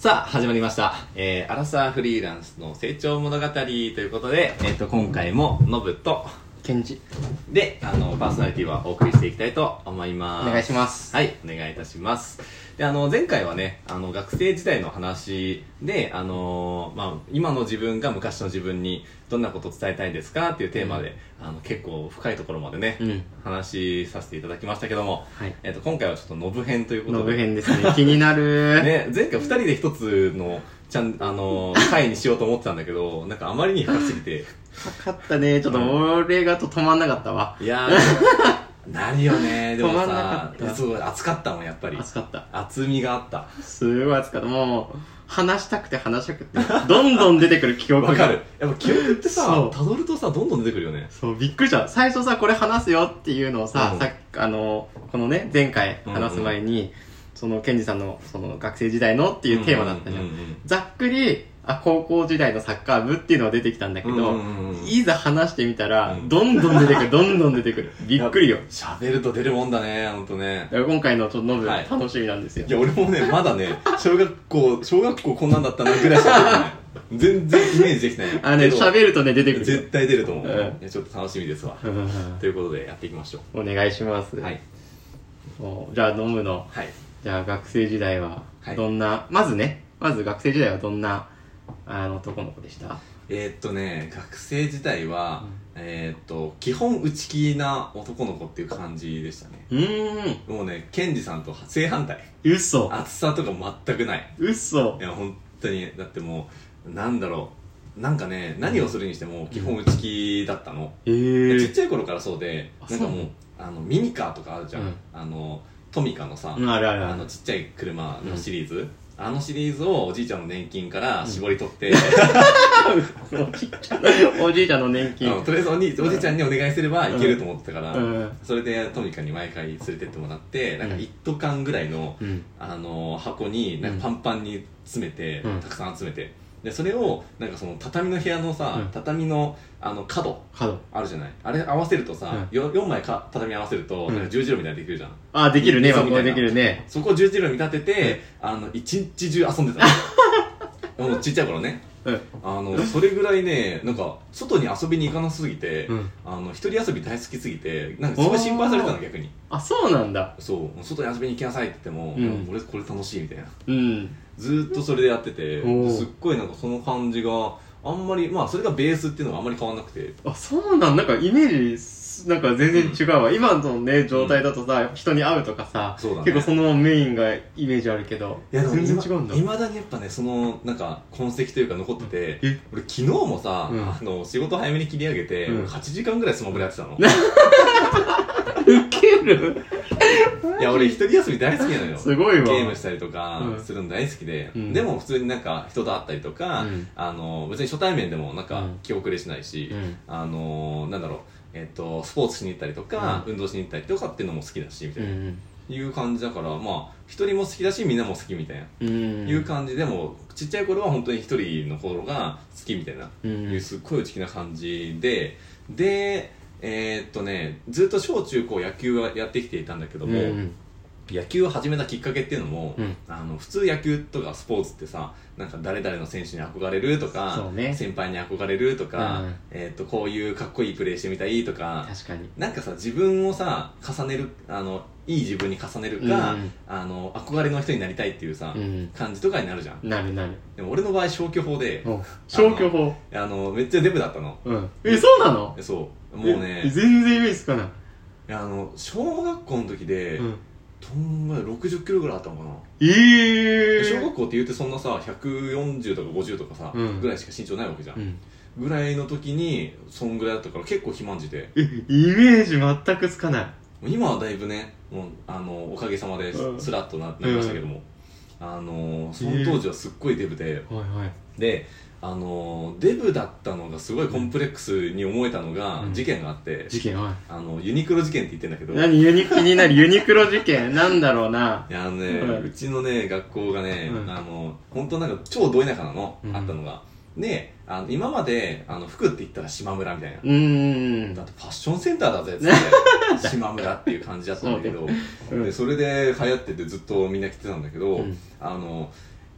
さあ始まりました、アラサーフリーランスの成長物語ということで、今回もノブとケンジでパーソナリティはお送りしていきたいと思います。 お願いします。 はい、お願いいたします。で前回はね学生時代の話で今の自分が昔の自分にどんなことを伝えたいですかっていうテーマで、結構深いところまでね、話させていただきましたけども、 はい、 今回はちょっとノブ編ということで、 ノブ編ですね。気になるね、前回2人で一つの回にしようと思ってたんだけど、なんかあまりに深すぎてかかったね。ちょっと俺が止まんなかったわ。 いやーなるよね。でもさ、すごい熱かったもん、やっぱり。 熱かった。 厚みがあった。 すごい熱かった。もう話したくてどんどん出てくる記憶が。 わかる。やっぱ記憶ってさ、辿るとさ、どんどん出てくるよね。 そう、びっくりした。最初さ、これ話すよっていうのをさ、このね、前回話す前に、そのケンジさんのその学生時代のっていうテーマだったじゃん。ざっくり高校時代のサッカー部っていうのが出てきたんだけど、いざ話してみたら、どんどん出てくる、どんどん出てくる。びっくりよ。 喋ると出るもんだね、ほんとね。 今回のノブ、楽しみなんですよ。 いや、俺もね、まだね、小学校こんなんだったなぐらいしかね、全然イメージできてない。 喋るとね、出てくる。 絶対出ると思う。いや、ちょっと楽しみですわ。ということで、やっていきましょう。お願いします。はい。じゃあ、ノブの、じゃあ、学生時代は、どんな、まず学生時代はどんな、男の子でした？ 学生時代は、基本内気な男の子っていう感じでしたね。もうね、ケンジさんと正反対。 嘘。 熱さとか全くない。 嘘。 いや、本当に、だってもう、なんだろう。なんかね、何をするにしても基本内気だったの。ちっちゃい頃からそうで、なんかもう、ミニカーとかあるじゃん。トミカのさ、ちっちゃい車のシリーズ。シリーズをおじいちゃんの年金から絞り取って、 おじいちゃんの年金とりあえずおじいちゃんにお願いすればいけると思ってたから、それでトミカに毎回連れてってもらって、なんか1ト缶ぐらいの、箱になんかパンパンに詰めて、たくさん集めて、でそれをなんかその畳の部屋のさ、畳の角あるじゃない、あれ合わせるとさ、4枚畳合わせるとなんか十字路みたいにできるじゃん。 あ、できるね。これできるね。 そこを十字路に見立てて一日中遊んでたもうちっちゃい頃ね。それぐらいね、なんか外に遊びに行かなすぎて、一人遊び大好きすぎて、なんかすごい心配されてたの、逆に。 あ、そうなんだ。 そう、外に遊びに行きなさいって言っても、俺これ楽しいみたいな。ずーっとそれでやってて、すっごいなんかその感じがあんまり、それがベースっていうのがあんまり変わんなくて。 あ、そうなんだ。なんかイメージなんか全然違うわ。今のね、状態だとさ、人に会うとかさ、結構そのメインがイメージあるけど、全然違うんだ。 未だにやっぱね、そのなんか痕跡というか残ってて、俺昨日もさ、仕事早めに切り上げて、8時間ぐらいスマブラやってたの。 ウケる。 いや、俺一人遊び大好きなのよ。 すごいわ。 ゲームしたりとかするの大好きで、でも普通になんか人と会ったりとか、別に初対面でもなんか気遅れしないし、なんだろう、スポーツしに行ったりとか、運動しに行ったりとかっていうのも好きだしみたいな、いう感じだから、一人も好きだしみんなも好きみたいな、いう感じでもちっちゃい頃は本当に一人の頃が好きみたいな、いうすっごい内気な感じで、ずっと小中高野球はやってきていたんだけども、野球を始めたきっかけっていうのも、普通野球とかスポーツってさ、なんか誰々の選手に憧れるとか、先輩に憧れるとか、こういうかっこいいプレーしてみたいとか、なんかさ、自分をさ重ねる、いい自分に重ねるか、憧れの人になりたいっていうさ、感じとかになるじゃん。 なる。 でも俺の場合消去法で、 消去法めっちゃデブだったの。 そうなの？ そうもうね、 全然イメージつかない。 小学校の時でどんぐらい60キロぐらいあったのかな。小学校って言うてそんなさ140とか50とかさ、ぐらいしか身長ないわけじゃん、ぐらいの時にそんぐらいだったから結構肥満児で、 イメージ全くつかない。 今はだいぶね、もうおかげさまでスラッとなりましたけども、その当時はすっごいデブで、でデブだったのがすごいコンプレックスに思えたのが、事件があって、ユニクロ事件って言ってんだけど、 気になるユニクロ事件なんだろうな。 いやうちのね学校がね、本当なんか超ど田舎なの、あったのが。で今まで服って言ったら島村みたいな、だってファッションセンターだぜっつって島村っていう感じだったんだけど、でそれで流行っててずっとみんな着てたんだけど、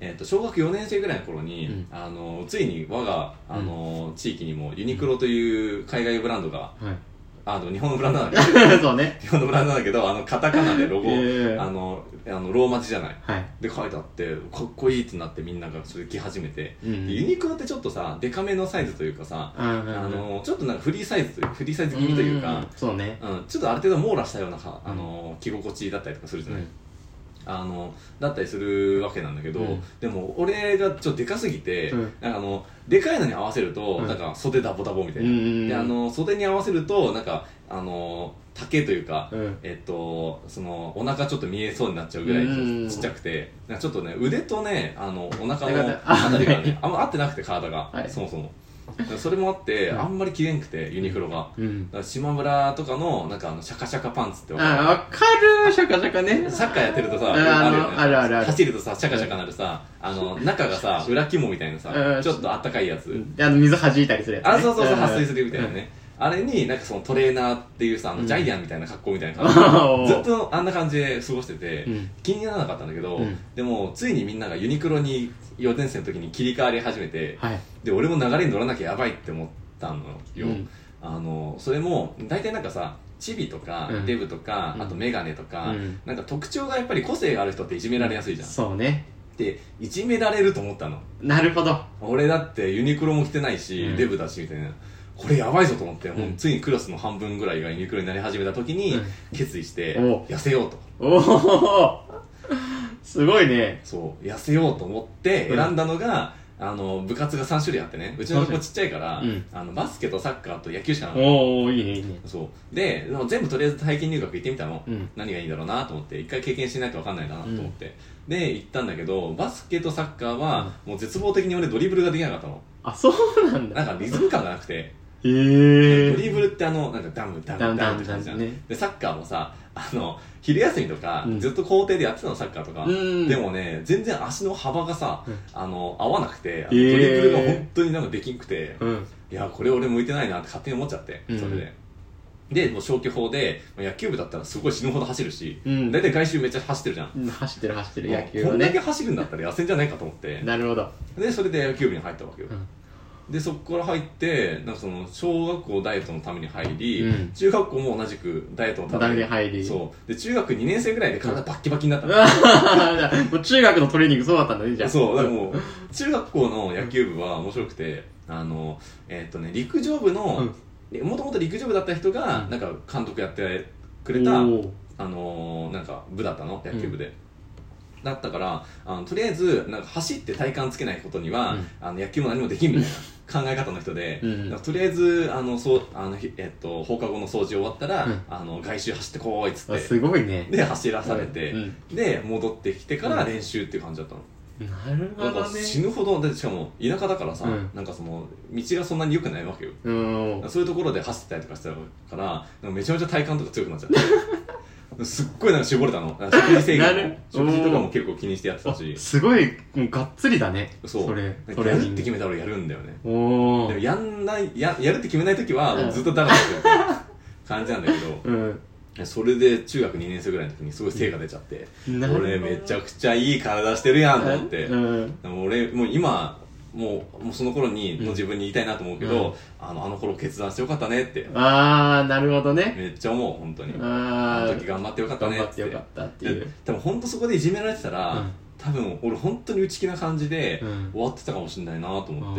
小学4年生ぐらいの頃に、ついに我が、地域にもユニクロという海外ブランドが、日本のブランドなんだけどそうね、日本のブランドなんだけどカタカナでロゴ、ローマ字じゃない、で書いてあってかっこいいってなってみんながそれ着始めて、ユニクロってちょっとさデカめのサイズというかさ、ちょっとなんかフリーサイズ気味というか、 そうね、 ちょっとある程度網羅したような着心地だったりとかするじゃない、だったりするわけなんだけど、でも俺がちょっとでかすぎて、なんかでかいのに合わせると、なんか袖ダボダボみたいな、で袖に合わせるとなんか丈というか、そのお腹ちょっと見えそうになっちゃうぐらいちっちゃくて、なんかちょっとね腕とねお腹のあたりがねあんま合ってなくて体が、そもそも。それもあってあんまり着れんくてユニクロが、だから島村とかのなんかシャカシャカパンツって分かるシャカシャカね、 サッカーやってるとさあるある走るとさシャカシャカなるさ中がさ裏肝みたいなさちょっとあったかいやつ、 水弾いたりするやつ、 そう撥水するみたいなね、あれになんかそのトレーナーっていうさジャイアンみたいな格好みたいな感じでずっとあんな感じで過ごしてて気にならなかったんだけど、でもついにみんながユニクロに4年生の時に切り替わり始めて、で俺も流れに乗らなきゃやばいって思ったのよ、それも大体なんかさチビとかデブとか、あとメガネとか、なんか特徴がやっぱり個性がある人っていじめられやすいじゃん。 そうね。 でいじめられると思ったの。 なるほど。 俺だってユニクロも着てないし、デブだしみたいな、これやばいぞと思って、もうついにクラスの半分ぐらいがユニクロになり始めた時に決意して痩せようと。 おおすごいね。 そう痩せようと思って選んだのが、部活が3種類あってね、うちの子ちっちゃいから、バスケとサッカーと野球しかなかった。 おおいいねいいね。 そうで全部とりあえず体験入学行ってみたの、何がいいんだろうなと思って、一回経験しないと分かんないなと思って、で行ったんだけど、バスケとサッカーはもう絶望的に俺ドリブルができなかったの。 あ、そうなんだ。 なんかリズム感がなくて、ドリブルってなんかダムダムダムって感じじゃん。でサッカーもさ昼休みとかずっと校庭でやってたの、サッカーとか。でもね全然足の幅がさ合わなくて、ドリブルが本当になんかできんくて、いやこれ俺向いてないなって勝手に思っちゃって、それでもう消去法で野球部だったらすごい死ぬほど走るし、大体外周めっちゃ走ってるじゃん。 走ってる野球はね。 こんだけ走るんだったら痩せんじゃないかと思って。 なるほど。 でそれで野球部に入ったわけよ。でそこから入ってなんかその小学校ダイエットのために入り、中学校も同じくダイエットのために入り、そうで中学2年生ぐらいで体バッキバキになったの。 もう中学のトレーニングそうだったんだね。じゃあそうだからもう中学校の野球部は面白くて、陸上部のもともと陸上部だった人がなんか監督やってくれたなんか部だったの、野球部で。だったからとりあえずなんか走って体幹つけないことには、野球も何もできんみたいな考え方の人で、とりあえず放課後の掃除終わったら、外周走ってこーいっつって、 すごいね。 で走らされて、で戻ってきてから練習っていう感じだったの。 なるほどね。 死ぬほどで、しかも田舎だからさ、なんかその道がそんなに良くないわけよ。そういうところで走ってたりとかしてたから、めちゃめちゃ体幹とか強くなっちゃってすっごいなんか絞れたの。食事制限食事とかも結構気にしてやってたし、 すごいもうがっつりだね。 そうやるって決めたらやるんだよね。でもやるって決めない時はもうずっとダラダラしてる感じなんだけど、それで中学2年生ぐらいの時にすごい精が出ちゃって、俺めちゃくちゃいい体してるやんと思って、俺もう今もうその頃の自分に言いたいなと思うけど、あの頃決断してよかったねって。なるほどね。めっちゃ思う、本当に。あの時頑張ってよかったねって。頑張ってよかったっていう。でも本当そこでいじめられてたら、多分俺本当に内気な感じで終わってたかもしれないなと思って。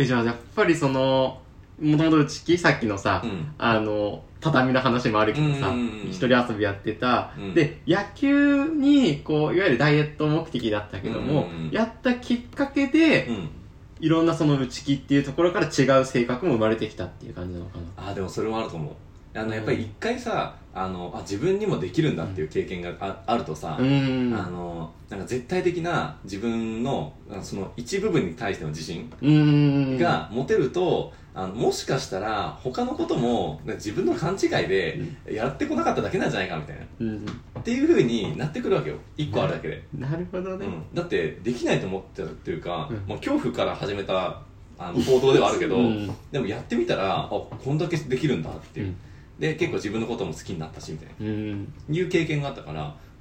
じゃあやっぱりそのもともと内気、さっきのさ、畳の話もあるけどさ、一人遊びやってた、で野球にこういわゆるダイエット目的だったけども、やったきっかけで、いろんなその内気っていうところから違う性格も生まれてきたっていう感じなのかな。でもそれもあると思う。やっぱり一回さ自分にもできるんだっていう経験があるとさ、なんか絶対的な自分のその一部分に対しての自信が持てると、もしかしたら他のことも自分の勘違いでやってこなかっただけなんじゃないかみたいな、っていう風になってくるわけよ、一個あるだけで。なるほどね。だってできないと思ってたっていうか、もう恐怖から始めた行動ではあるけど、でもやってみたらこんだけできるんだっていう、で結構自分のことも好きになったしみたいな、いう経験があったから、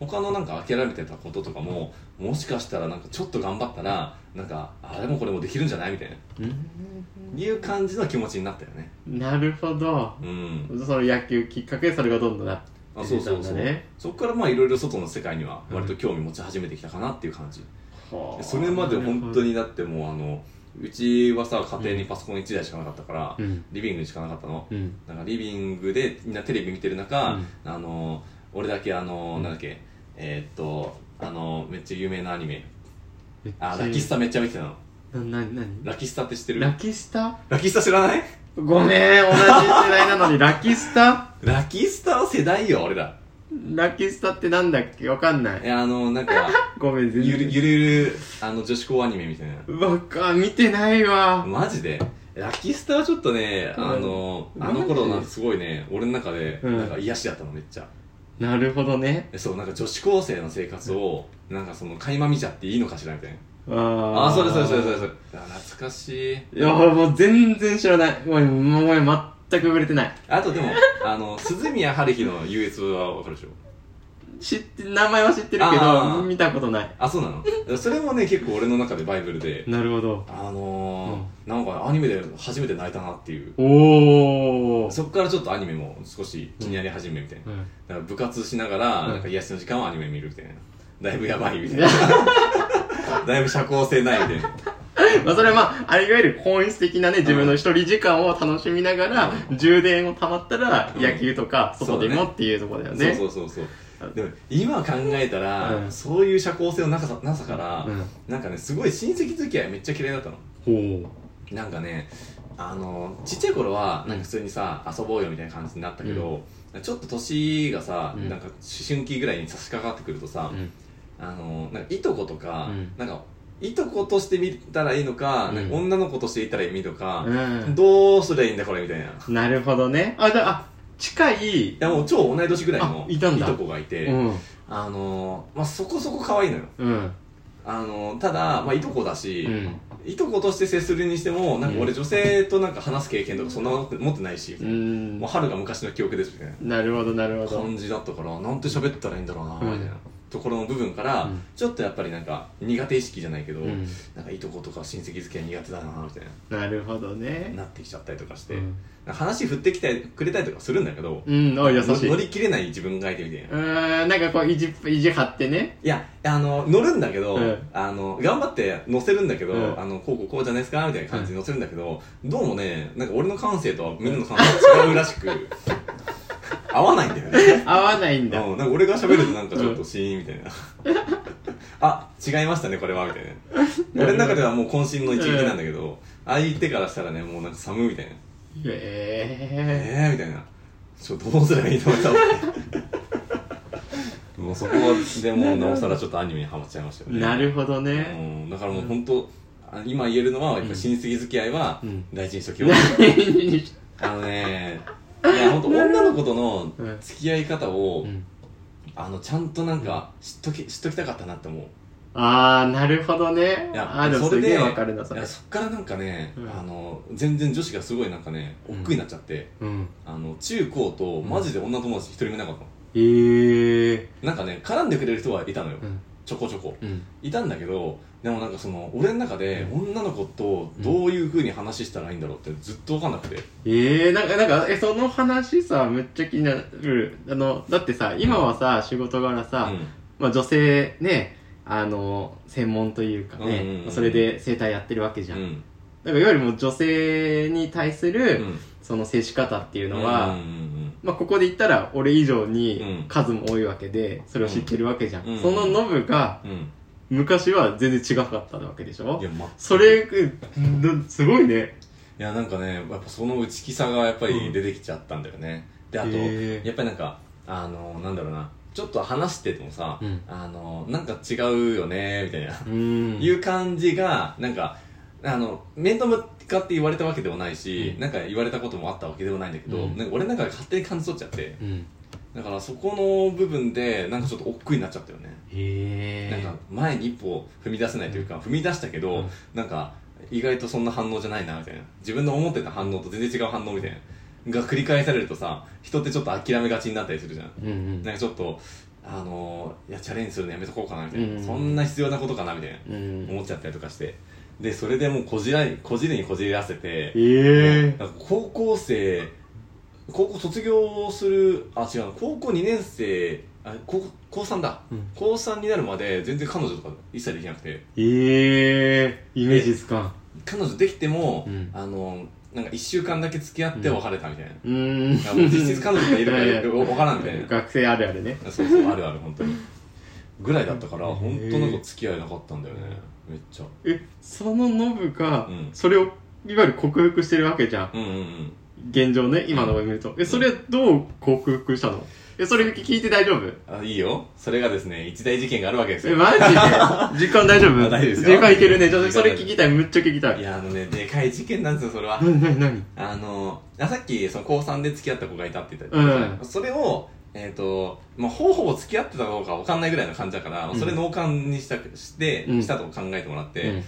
他のなんか諦めてたこととかももしかしたらなんかちょっと頑張ったらなんかあれもこれもできるんじゃないみたいな、いう感じの気持ちになったよね。 なるほど、その野球きっかけでそれがどんどんなってあ、そうそうそう、そこからまあいろいろ外の世界には割と興味持ち始めてきたかなっていう感じ、それまで本当にだってもううちはさ家庭にパソコン1台しかなかったから、リビングにしかなかったの、なんかリビングでみんなテレビ見てる中、俺だけなんだっけめっちゃ有名なアニメラキスタめっちゃ見てたの。ラキスタって知ってる？ ラキスタ知らない？ ごめん、同じ世代なのにラキスタラキスタは世代よ俺ら。 ラキスタってなんだっけ、わかんない。 いやなんかごめん、全然ゆる女子高アニメみたいな。 見てないわ。 マジでラキスタはちょっとね、あの頃なんかすごいね、俺の中でなんか癒しだったのめっちゃ。 なるほどね。 そう、なんか女子高生の生活をなんかその垣間見ちゃっていいのかしらみたいな。それ懐かしい。いやもう全然知らない。もう全く触れてない。 あとでも鈴宮春日の優越は分かるでしょ？ 名前は知ってるけど見たことない。 あ、そうなの？それもね結構俺の中でバイブルで。 なるほど。 なんかアニメで初めて泣いたなっていう。そこからちょっとアニメも少し気になり始めみたいな。だから部活しながらなんか癒しの時間はアニメ見るみたいな。だいぶやばいみたいな。だいぶ社交性ないみたいな。 まあそれはいわゆる本質的なね、自分の一人時間を楽しみながら、充電を溜まったら野球とか外でもっていうところだよね。 そうでも今考えたら、そういう社交性のなさから、なんかねすごい親戚付き合いめっちゃ嫌いだったの。なんかねちっちゃい頃はなんか普通にさ遊ぼうよみたいな感じになったけど、ちょっと年がさ、なんか思春期ぐらいに差し掛かってくるとさ、なんかいとことか、なんかいとことして見たらいいのか、なんか女の子としていたらいいのか、どうすりゃいいんだこれみたいな。 なるほどね。近い。 いやもう超同い年ぐらいのいとこがいて、そこそこ可愛いのよ。ただいとこだし、いとことして接するにしてもなんか俺女性となんか話す経験とかそんな持ってないし、もう春が昔の記憶ですみたいな。なるほど感じだったから、なんて喋ったらいいんだろうなみたいなところの部分から、ちょっとやっぱりなんか苦手意識じゃないけど、なんかいとことか親戚付き合い苦手だなみたいな。なるほどね。 なってきちゃったりとかして、話振ってきてくれたりとかするんだけど、 優しい。 乗り切れない自分がいてみたいな。 なんかこう意地張ってね。 いや乗るんだけど、頑張って乗せるんだけど、こうじゃないですかみたいな感じで乗せるんだけど、どうもねなんか俺の感性とはみんなの感性が違うらしく合わないんだよね。 合わないんだ。 なんか俺が喋るとなんかちょっとシーンみたいな。違いましたねこれはみたいな。俺の中ではもう渾身の一撃なんだけど、相手からしたらねもうなんか寒いみたいな。みたいな。どうすればいいと思ったのもうそこでもうなおさらちょっとアニメにハマっちゃいましたよね。 なるほどね。 だからもう本当今言えるのはやっぱ親戚付き合いは大事にしときよう。いや本当女の子との付き合い方をちゃんとなんか知っときたかったなって思う。 なるほでもそれで分かるなそれ。 そっからなんかね、全然女子がすごいなんかね億劫になっちゃって、中高とマジで女友達一人もいなかったの。なんかね絡んでくれる人はいたのよ、ちょこちょこ、いたんだけど、でもなんかその俺の中で女の子とどういう風に話したらいいんだろうってずっと分かんなくて、 なんかその話さめっちゃ気になる。だってさ今はさ仕事柄さ、女性ね専門というかね、それで整体やってるわけじゃん。だからいわゆるもう女性に対するその接し方っていうのは、ここで言ったら俺以上に数も多いわけで、それを知ってるわけじゃん。そのノブが昔は全然違かったわけでしょ。それすごいね。 いやなんかねやっぱその内気さがやっぱり出てきちゃったんだよね。であとやっぱりなんかなんだろうな、ちょっと話しててもさ、なんか違うよねみたいないう感じがなんか面と向かって言われたわけでもないし、なんか言われたこともあったわけでもないんだけど、なんか俺なんか勝手に感じ取っちゃって、だからそこの部分でなんかちょっと億劫になっちゃったよね。なんか前に一歩踏み出せないというか、踏み出したけど、なんか意外とそんな反応じゃないなみたいな、自分の思ってた反応と全然違う反応みたいなが繰り返されるとさ、人ってちょっと諦めがちになったりするじゃん。なんかちょっといやチャレンジするのやめとこうかなみたいな、そんな必要なことかなみたいな、思っちゃったりとかして、でそれでもうこじれにこじらせて、なんか高校卒業する違う高校2年生高3だ、高3になるまで全然彼女とか一切できなくて、 イメージつかん。 彼女できても、なんか1週間だけ付き合って別れたみたいな、もう実質彼女がいるから分からんみたいな学生あるあるね。 そうあるある本当にぐらいだったから、本当なんか付き合いなかったんだよね、めっちゃ。 そのノブがそれをいわゆる克服してるわけじゃん、現状ね、今のを見ると。それどう克服したの？それ聞いて大丈夫？ いいよ。それがですね、一大事件があるわけですよ。 マジで時間大丈夫？ 大丈夫ですよ。 時間いけるね。ちょっとそれ聞きたい。むっちゃ聞きたい。 いや、でかい事件なんですよ、それは。 何さっき、その高3で付き合った子がいたって言ったじゃない。それを、ほぼ付き合ってたかどうかわかんないぐらいの感じだから、それ脳幹にしたと考えてもらって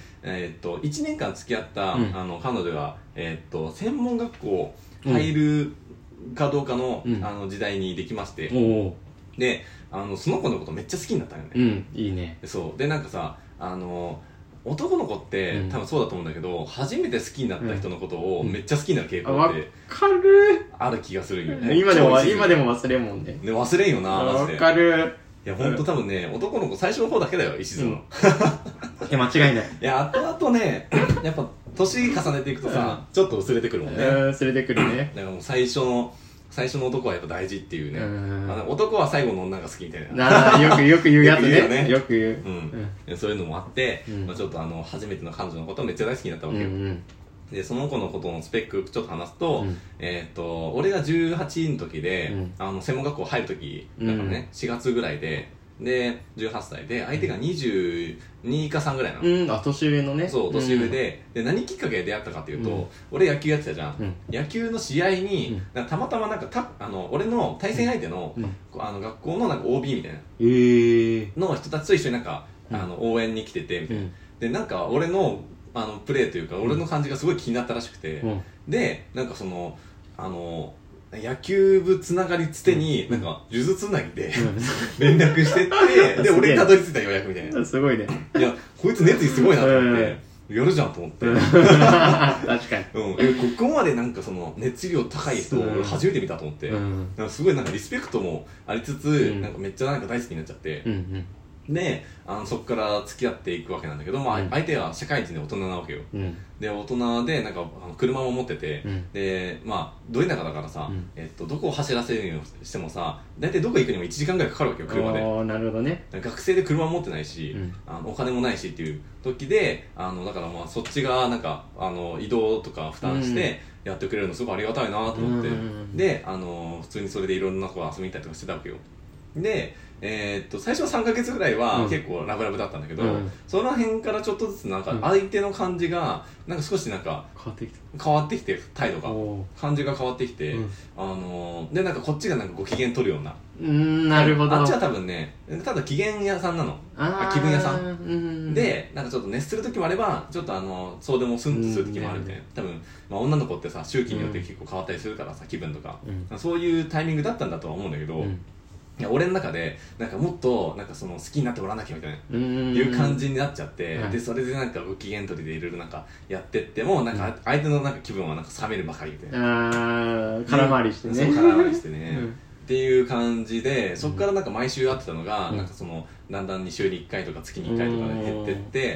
、1年間付き合った、彼女が、専門学校入るかどうかの、時代にできまして、で、その子のことめっちゃ好きになったよね。 いいね。 そう。で、なんかさ、男の子って多分そうだと思うんだけど、初めて好きになった人のことをめっちゃ好きになる傾向ってある気がするよね。 今でも忘れんもんね。 忘れんよな、マジで。 わかる。 いや、ほんと多分ね、男の子最初の方だけだよ、石津の。 間違いない。 いや、後々ね、やっぱ年重ねていくとさ、ちょっと薄れてくるもんね。 薄れてくるね。 だからもう最初の男はやっぱ大事っていうね。男は最後の女が好きみたいな。よく言うやつね。よく言う。そういうのもあって、ちょっと初めての彼女のことをめっちゃ大好きになったわけよ。で、その子のことのスペックちょっと話すと、俺が18の時で、専門学校入る時だからね、4月ぐらいで、18歳で、相手が22か3ぐらいなの。 年上のね。 そう、年上で、何きっかけで出会ったかっていうと、俺野球やってたじゃん。野球の試合に、たまたまなんか、俺の対戦相手の、学校のなんか OB みたいな、の人たちと一緒になんか、応援に来てて、みたいな。で、なんか俺の、プレーというか、俺の感じがすごい気になったらしくて、で、なんかその、野球部つながりつてに、なんか、数珠つなぎで、連絡してって、で、俺にたどり着いたようやくみたいな。 すごいね。 いや、こいつ熱意すごいなと思って、やるじゃんと思って。 確かに。 ここまでなんかその、熱量高い人を俺初めて見たと思って、すごいなんかリスペクトもありつつ、なんかめっちゃなんか大好きになっちゃって、で、そこから付き合っていくわけなんだけど、相手は社会人で大人なわけよ。で、大人で、なんか、車も持ってて、で、ど田舎だからさ、どこを走らせるにしてもさ、大体どこ行くにも1時間ぐらいかかるわけよ、車で。 なるほどね。 学生で車持ってないし、お金もないしっていう時で、だからそっちが、なんか、移動とか負担して、やってくれるのすごいありがたいなと思って、で、普通にそれでいろんな子が遊びに行ったりとかしてたわけよ。で、最初は3ヶ月ぐらいは結構ラブラブだったんだけど、その辺からちょっとずつなんか相手の感じがなんか少しなんか変わってきて態度が感じが変わってきて、でなんかこっちがなんかご機嫌取るような、 なるほど。 あっちは多分ねただ機嫌屋さんなの、気分屋さんで、なんかちょっと熱する時もあればちょっとそうでもスンとする時もあるみたいな。多分女の子ってさ周期によって結構変わったりするからさ、気分とかそういうタイミングだったんだとは思うんだけど、いや俺の中でなんかもっとなんかその好きになってもらわなきゃみたいないう感じになっちゃって、でそれでなんかご機嫌取りでいろいろなんかやってってもなんか相手のなんか気分はなんか冷めるばかりみたいな、 空回りしてね、 そう空回りしてね、っていう感じで、そこからなんか毎週会ってたのが、なんかそのだんだん2週に1回とか月に1回とかで減ってって、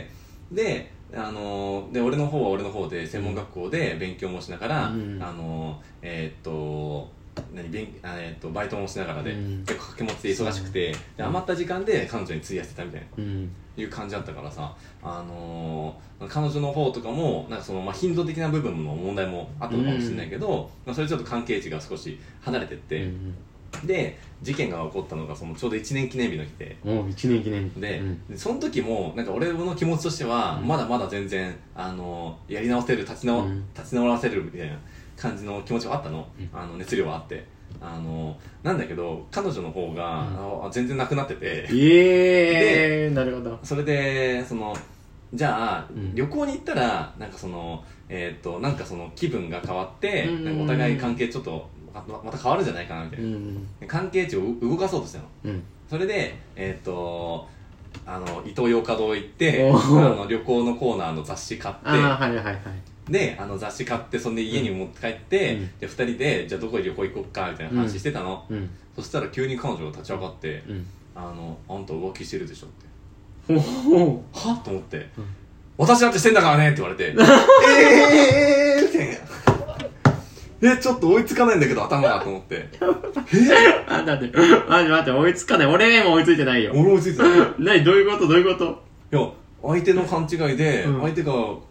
で俺の方は俺の方で専門学校で勉強もしながら、バイトもしながらで、結構掛け持ちで忙しくて、で余った時間で彼女に費やしてたみたいな、いう感じだったからさ、彼女の方とかもなんかその、頻度的な部分の問題もあったのかもしれないけど、それちょっと関係値が少し離れてって、で事件が起こったのがそのちょうど1年記念日の日で、 1年記念日で、その時もなんか俺の気持ちとしては、まだまだ全然やり直せる、立ち直らせるみたいな感じの気持ちはあったの、熱量はあって、なんだけど彼女の方が、全然なくなってて、 でなるほど。 それでじゃあ、旅行に行ったらなんかなんかその気分が変わって、なんかお互い関係ちょっとまた変わるんじゃないかなみたいな、関係値を動かそうとしたの、 それでイトーヨーカドー行って旅行のコーナーの雑誌買って、 はいはいはい、 で雑誌買ってそんで家に持って帰って、で2人でじゃあどこへ旅行行こっかみたいな話してたの、そしたら急に彼女が立ち上がって、あんた浮気してるでしょってはと思って、私だってしてんだからねって言われてみたいなちょっと追いつかないんだけど頭がと思って待って追いつかない。俺も追いついてないよ。 俺追いついてないどういうこといや相手の勘違いで、相手が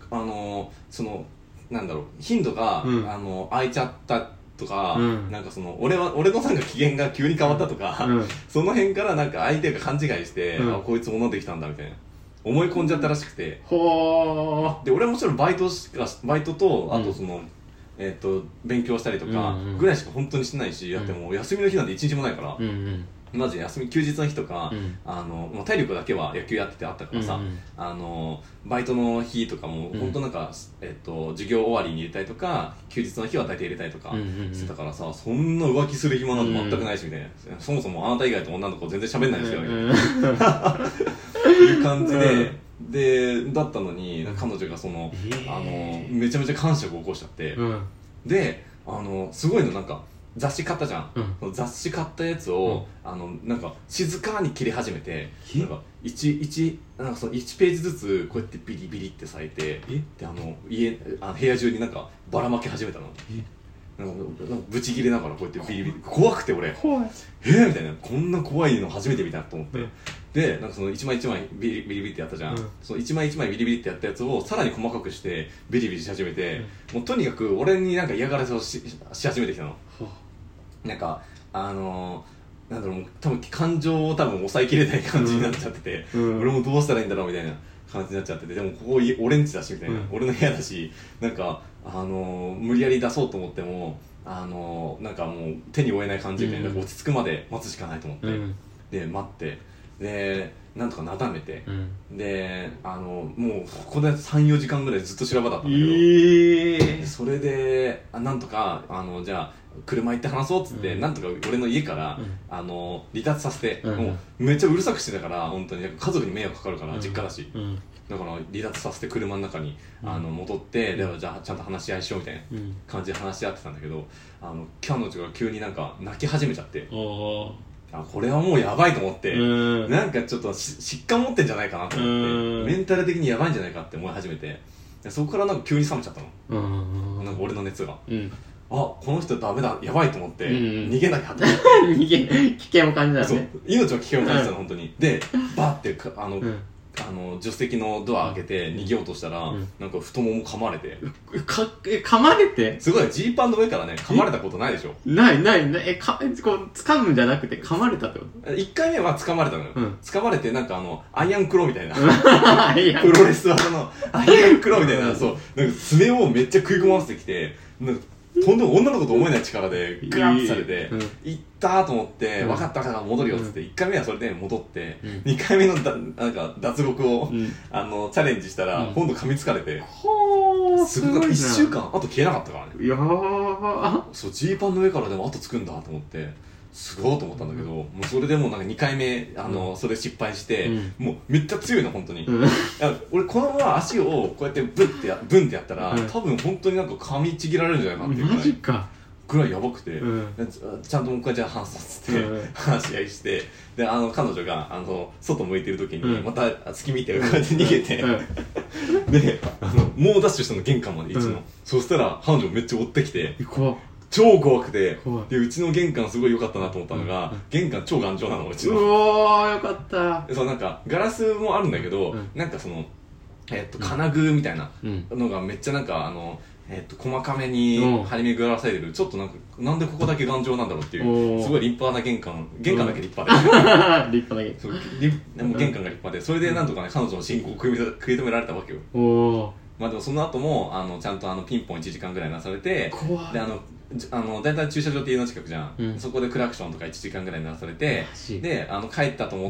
なんだろう頻度が、空いちゃったとか、なんか俺のなんか機嫌が急に変わったとか、その辺からなんか相手が勘違いして、こいつも飲んできたんだみたいな思い込んじゃったらしくて、で俺はもちろんバイトとあと勉強したりとかぐらいしか本当にしてないし、だってもう休みの日なんて一日もないから、マジで休日の日とか、体力だけは野球やっててあったからさ、バイトの日とかも本当なんか、授業終わりに入れたりとか休日の日は大体入れたりとかしてたからさ、そんな浮気する暇なんて全くないしみたいな、そもそもあなた以外と女の子全然喋んないんですよみたいないう感じでだったのに、彼女がめちゃめちゃ感触を起こしちゃって、で、すごいのなんか雑誌買ったじゃん、雑誌買ったやつを、なんか静かに切り始めて、なんか1ページずつこうやってビリビリって咲いて、で部屋中になんかばらまき始めたの。なんかブチ切れながらこうやってビリビリ、怖くて俺みたいな、こんな怖いの初めて見たと思って、でなんか一枚一枚ビリビリってやったじゃん、その一枚一枚ビリビリってやったやつをさらに細かくしてビリビリし始めて、もうとにかく俺になんか嫌がらせをし始めてきたの。なんかなんだろう、多分感情を抑えきれない感じになっちゃってて、俺もどうしたらいいんだろうみたいな感じになっちゃってて、でもここ俺ん家だしみたいな、俺の部屋だし、なんか無理やり出そうと思ってもなんかもう手に負えない感じみたいな、落ち着くまで待つしかないと思って、で待って、でなんとかなだめて、でもうここで 3,4 時間ぐらいずっと修羅場だったんだけど、それでなんとかじゃあ車行って話そうっつって、なんとか俺の家から離脱させて、もうめっちゃうるさくしてたから、本当に家族に迷惑かかるから、実家だし、だから離脱させて車の中に戻って、ではじゃあちゃんと話し合いしようみたいな感じで話し合ってたんだけど、彼女が急になんか泣き始めちゃって、これはもうやばいと思って、なんかちょっと疾患持ってんじゃないかなと思って、メンタル的にやばいんじゃないかって思い始めて、そこからなんか急に冷めちゃったの、なんか俺の熱が、この人ダメだ、やばいと思って、逃げなきゃと思って危険を感じたね。 命の危険を感じたの、本当に。でバッて助手席のドア開けて逃げようとしたら、なんか太もも噛まれて。 噛まれてすごい、ジーパンの上からね、噛まれたことないでしょ。 ない、こう掴むんじゃなくて噛まれたってこと？ 1 回目は掴まれたのよ、掴まれて、なんかアイアンクローみたいなプロレス技のアイアンクローみたいな、そうなんか爪をめっちゃ食い込ませてきて、なんかとんでも女の子と思えない力でグラッとされて、行ったーと思って、分かったから戻るよっつって、1回目はそれで戻って、2回目のなんか脱獄をチャレンジしたら、今度噛みつかれて、すごい、1週間あと消えなかったからね。いやー、そう、ジーパンの上からでも後つくんだと思って、すごいと思ったんだけど、もうそれでもうなんか2回目それ失敗して、もうめっちゃ強いの本当に。俺このまま足をこうやってブンってやったら、多分本当になんか噛みちぎられるんじゃないかっていうぐらいやばくて、ちゃんともう一回じゃあ話そうっつって話し合いして、で彼女が外向いてる時にまた隙見てこうやって逃げて、で猛ダッシュしたの玄関まで一の、そしたら彼女めっちゃ追ってきて、超怖くて、でうちの玄関すごい良かったなと思ったのが、玄関超頑丈なの、うちの。よかった。そうなんかガラスもあるんだけど、なんか金具みたいなのがめっちゃなんか細かめに張り巡らされてる、ちょっとなんでここだけ頑丈なんだろうっていう、すごい立派な玄関だけ立派で立派なでも玄関が立派で、それでなんとかね彼女の進行を食い止められたわけよ。まあでもその後もちゃんとピンポン1時間ぐらいなされて、で大体駐車場って家の近くじゃん、そこでクラクションとか1時間ぐらい鳴らされて、で帰ったと思って、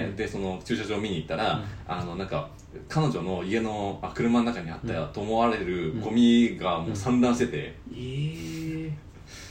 でその駐車場見に行ったら、なんか彼女の家の車の中にあったと思われるゴミがもう散乱してて、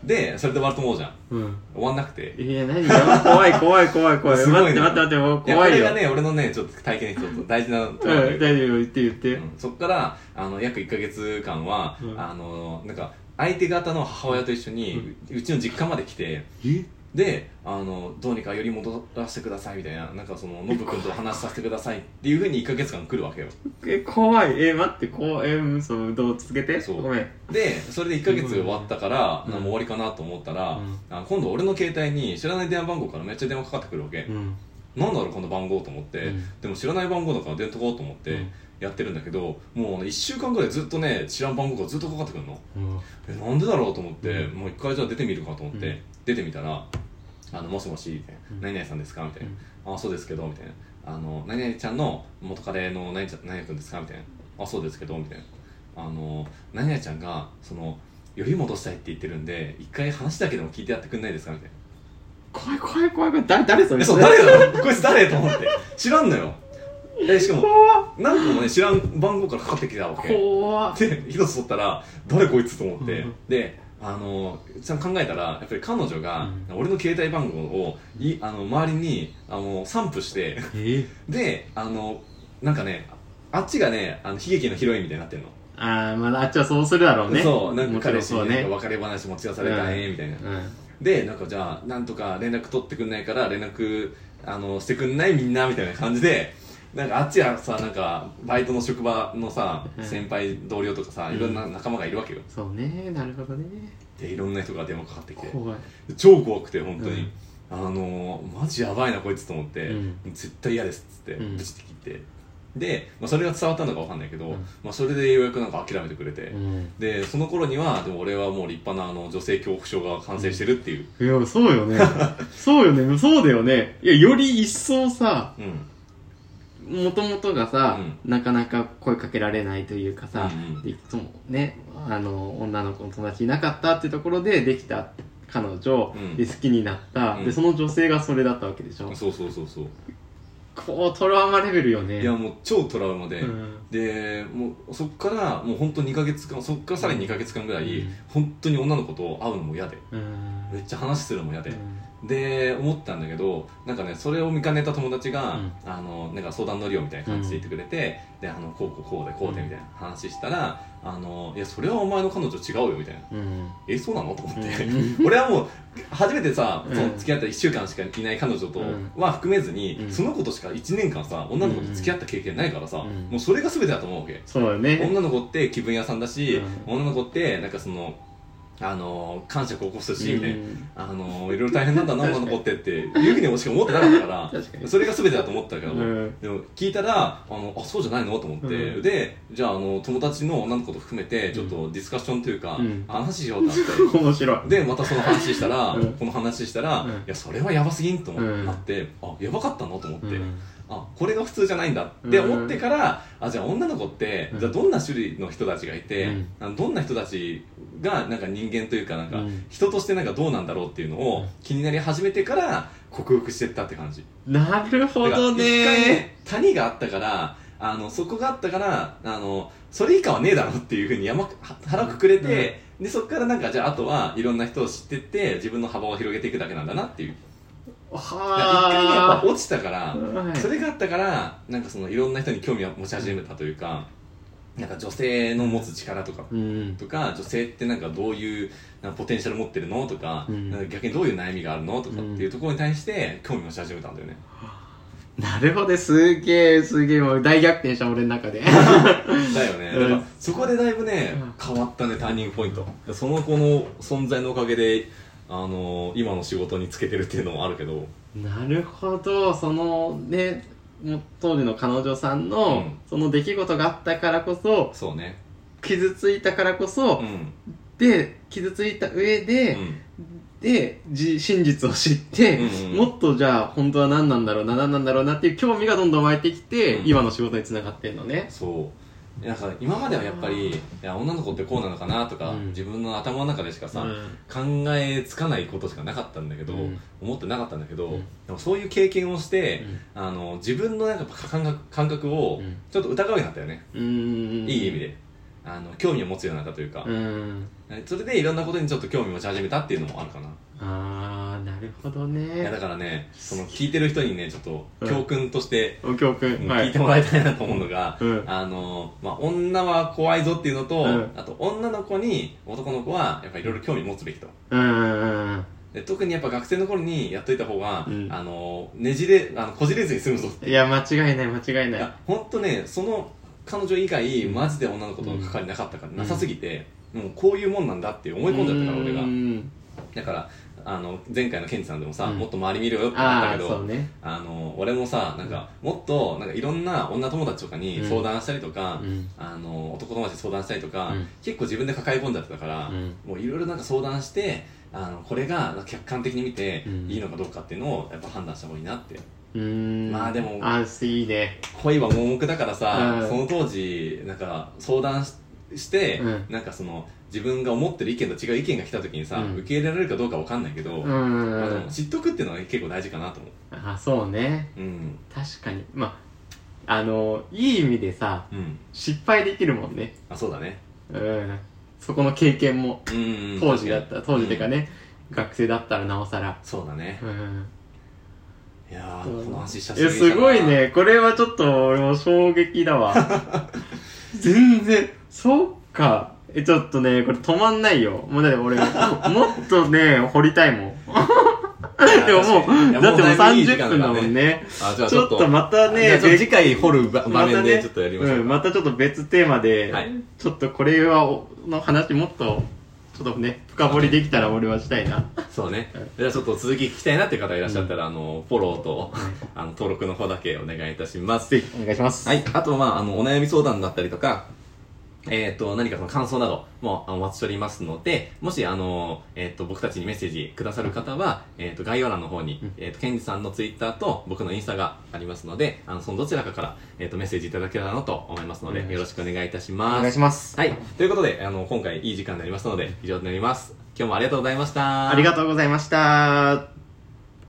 でそれで終わると思うじゃん、終わんなくて、 いや何怖い怖い怖い怖いすごい、 待ってもう怖いよ。 これがね俺のねちょっと体験にちょっと大事なところ大丈夫、言って、 そっから約1ヶ月間は、なんか相手方の母親と一緒に、うちの実家まで来て、でどうにかより戻らせてくださいみたいな、なんかそのノブ君と話させてくださいっていうふうに1ヶ月間来るわけよ。 怖い。待ってそうどう続けて。 そうごめん。 でそれで1ヶ月終わったから、もう終わりかなと思ったら、今度俺の携帯に知らない電話番号からめっちゃ電話かかってくるわけ、なんだろうこの番号と思って、でも知らない番号だから出んとこうと思ってやってるんだけど、もう1週間ぐらいずっとね知らん番号がずっとかかってくるの、なんでだろうと思って、もう一回じゃあ出てみるかと思って、出てみたらもしもしみたいな、何々さんですかみたいな、そうですけどみたいな、何々ちゃんの元彼の何々君ですかみたいな、そうですけどみたいな、何々ちゃんがそのより戻したいって言ってるんで一回話だけでも聞いてやってくんないですかみたいな。 怖い。誰それ。 そう誰だろこいつ誰と思って知らんのよ。しかも何個もね知らん番号からかかってきたわけで、一つ取ったら誰こいつと思って、でちゃんと考えたらやっぱり彼女が俺の携帯番号を周りに散布して、でなんかねあっちがね悲劇のヒロインみたいになってんの。 あっちはそうするだろうね。 そうなんか彼氏になんか別れ話持ち出されたみたいな、でなんかじゃあなんとか連絡取ってくんないから連絡してくんないみんなみたいな感じで、なんかあっちはさなんかバイトの職場のさ、先輩同僚とかさいろんな仲間がいるわけよ。 そうね、なるほどね。 でいろんな人が電話かかってきて怖い、 超怖くて本当に、マジやばいなこいつと思って、絶対嫌ですっつってブチって切って、で、それが伝わったのか分かんないけど、それでようやくなんか諦めてくれて、でその頃にはでも俺はもう立派な女性恐怖症が完成してるっていう、 いやそうよねそうだよね。いやより一層さ、もともとがさ、なかなか声かけられないというかさ、いつもね女の子の友達いなかったってところでできた彼女、で好きになった、でその女性がそれだったわけでしょ。 そうこうトラウマレベルよね。 いやもう超トラウマで、でもうそっからもう本当2ヶ月間、そっからさらに2ヶ月間ぐらい、本当に女の子と会うのも嫌で、めっちゃ話するのも嫌で、で思ったんだけど、なんかねそれを見かねた友達が、なんか相談乗りよみたいな感じで言ってくれて、でこうでみたいな話したら、いやそれはお前の彼女違うよみたいな、そうなのと思って、俺はもう初めてさ、その付き合った1週間しかいない彼女とは含めずに、その子としか1年間さ女の子と付き合った経験ないからさ、もうそれが全てだと思うわけ。 そうだね。 女の子って気分屋さんだし、女の子ってなんかその感触を起こすし、みたいな、いろいろ大変なんだな女の子っていうふうにしか思ってなかったからそれが全てだと思ったけど、でも聞いたらそうじゃないのと思って、でじゃあ友達の女の子と含めてちょっとディスカッションというか、話しようとなって面白い。 でまたその話したら、この話したら、いやそれはやばすぎんとなって、やばかったのと思って、これが普通じゃないんだって思ってから、じゃあ女の子って、じゃあどんな種類の人たちがいて、どんな人たちがなんか人間というかなんか、人としてなんかどうなんだろうっていうのを気になり始めてから克服してったって感じ。 なるほどね。 一回ね谷があったからそこがあったからそれ以下はねえだろっていうふうに腹くくれて、でそこからなんかじゃああとはいろんな人を知ってって自分の幅を広げていくだけなんだなっていう。一回ねやっぱ落ちたから、それがあったからなんかそのいろんな人に興味を持ち始めたというか、なんか女性の持つ力とか、女性ってなんかどういうポテンシャル持ってるのとか、逆にどういう悩みがあるのとかっていうところに対して興味を持ち始めたんだよね。 なるほど、すげえもう大逆転した俺の中でだよね。だからそこでだいぶね変わったね、ターニングポイント。その子の存在のおかげで今の仕事につけてるっていうのもあるけど。 なるほど、そのね当時の彼女さんの、その出来事があったからこそ、 そうね、 傷ついたからこそ、で傷ついた上で、で真実を知って、もっとじゃあ本当は何なんだろうなっていう興味がどんどん湧いてきて、今の仕事につながってんのね。 なんか今まではやっぱり女の子ってこうなのかなとか、自分の頭の中でしかさ、考えつかないことしかなかったんだけど、思ってなかったんだけど、でもそういう経験をして、自分のなんか感覚をちょっと疑うようになったよね、いい意味で。 興味を持つようになったというか、それでいろんなことにちょっと興味持ち始めたっていうのもあるかな。 なるほどね。 いやだからね、その聞いてる人にねちょっと教訓として、 聞いてもらいたいなと思うのが、女は怖いぞっていうのと、あと女の子に男の子はやっぱいろいろ興味持つべきと。で特にやっぱ学生の頃にやっといた方が、ねじれこじれずに済むぞって。 いや間違いない。いや本当ね、その彼女以外マジで女の子との関わりなかったから、なさすぎて、もうこういうもんなんだって思い込んじゃったから俺が。だから前回のケンジさんでもさ、もっと周り見ろよって言ったけど、俺もさ、なんかもっとなんかいろんな女友達とかに相談したりとか、男友達に相談したりとか、結構自分で抱え込んじゃってたから、もういろいろなんか相談して、これが客観的に見ていいのかどうかっていうのをやっぱ判断した方がいいなって。まあでもいいね。 恋は盲目だからさ、その当時なんか相談して、なんかその自分が思ってる意見と違う意見が来た時にさ、受け入れられるかどうかわかんないけど、知っとくっていうのは結構大事かなと思う。 そうね。確かに。いい意味でさ、失敗できるもんね。 そうだね。 そこの経験も当時っていうかね、学生だったらなおさら。 そうだね。いやー、この話久しぶりだな。すごいね。これはちょっと俺も衝撃だわ。全然、そっか。ちょっとね、これ止まんないよ。もうだって俺、もっとね、掘りたいもん。でももう、だってもう30分だもんね。ちょっとまたね、 次回掘る場面でちょっとやりましょう。 またちょっと別テーマで、ちょっとこれの話もっと、ちょっとね、深掘りできたら俺はしたいな。 そうね。じゃあちょっと続き聞きたいなっていう方いらっしゃったら、フォローと、登録の方だけお願いいたします。 ぜひお願いします。 はい。あと、お悩み相談だったりとか、何かその感想などもお待ちしておりますので、もし僕たちにメッセージくださる方は、概要欄の方に、ケンジさんのツイッターと僕のインスタがありますので、そのどちらかから、メッセージいただけたらなと思いますので、よろしくお願いいたします。 お願いします。 はい。ということで、今回いい時間になりましたので、以上になります。今日もありがとうございました。 ありがとうございました。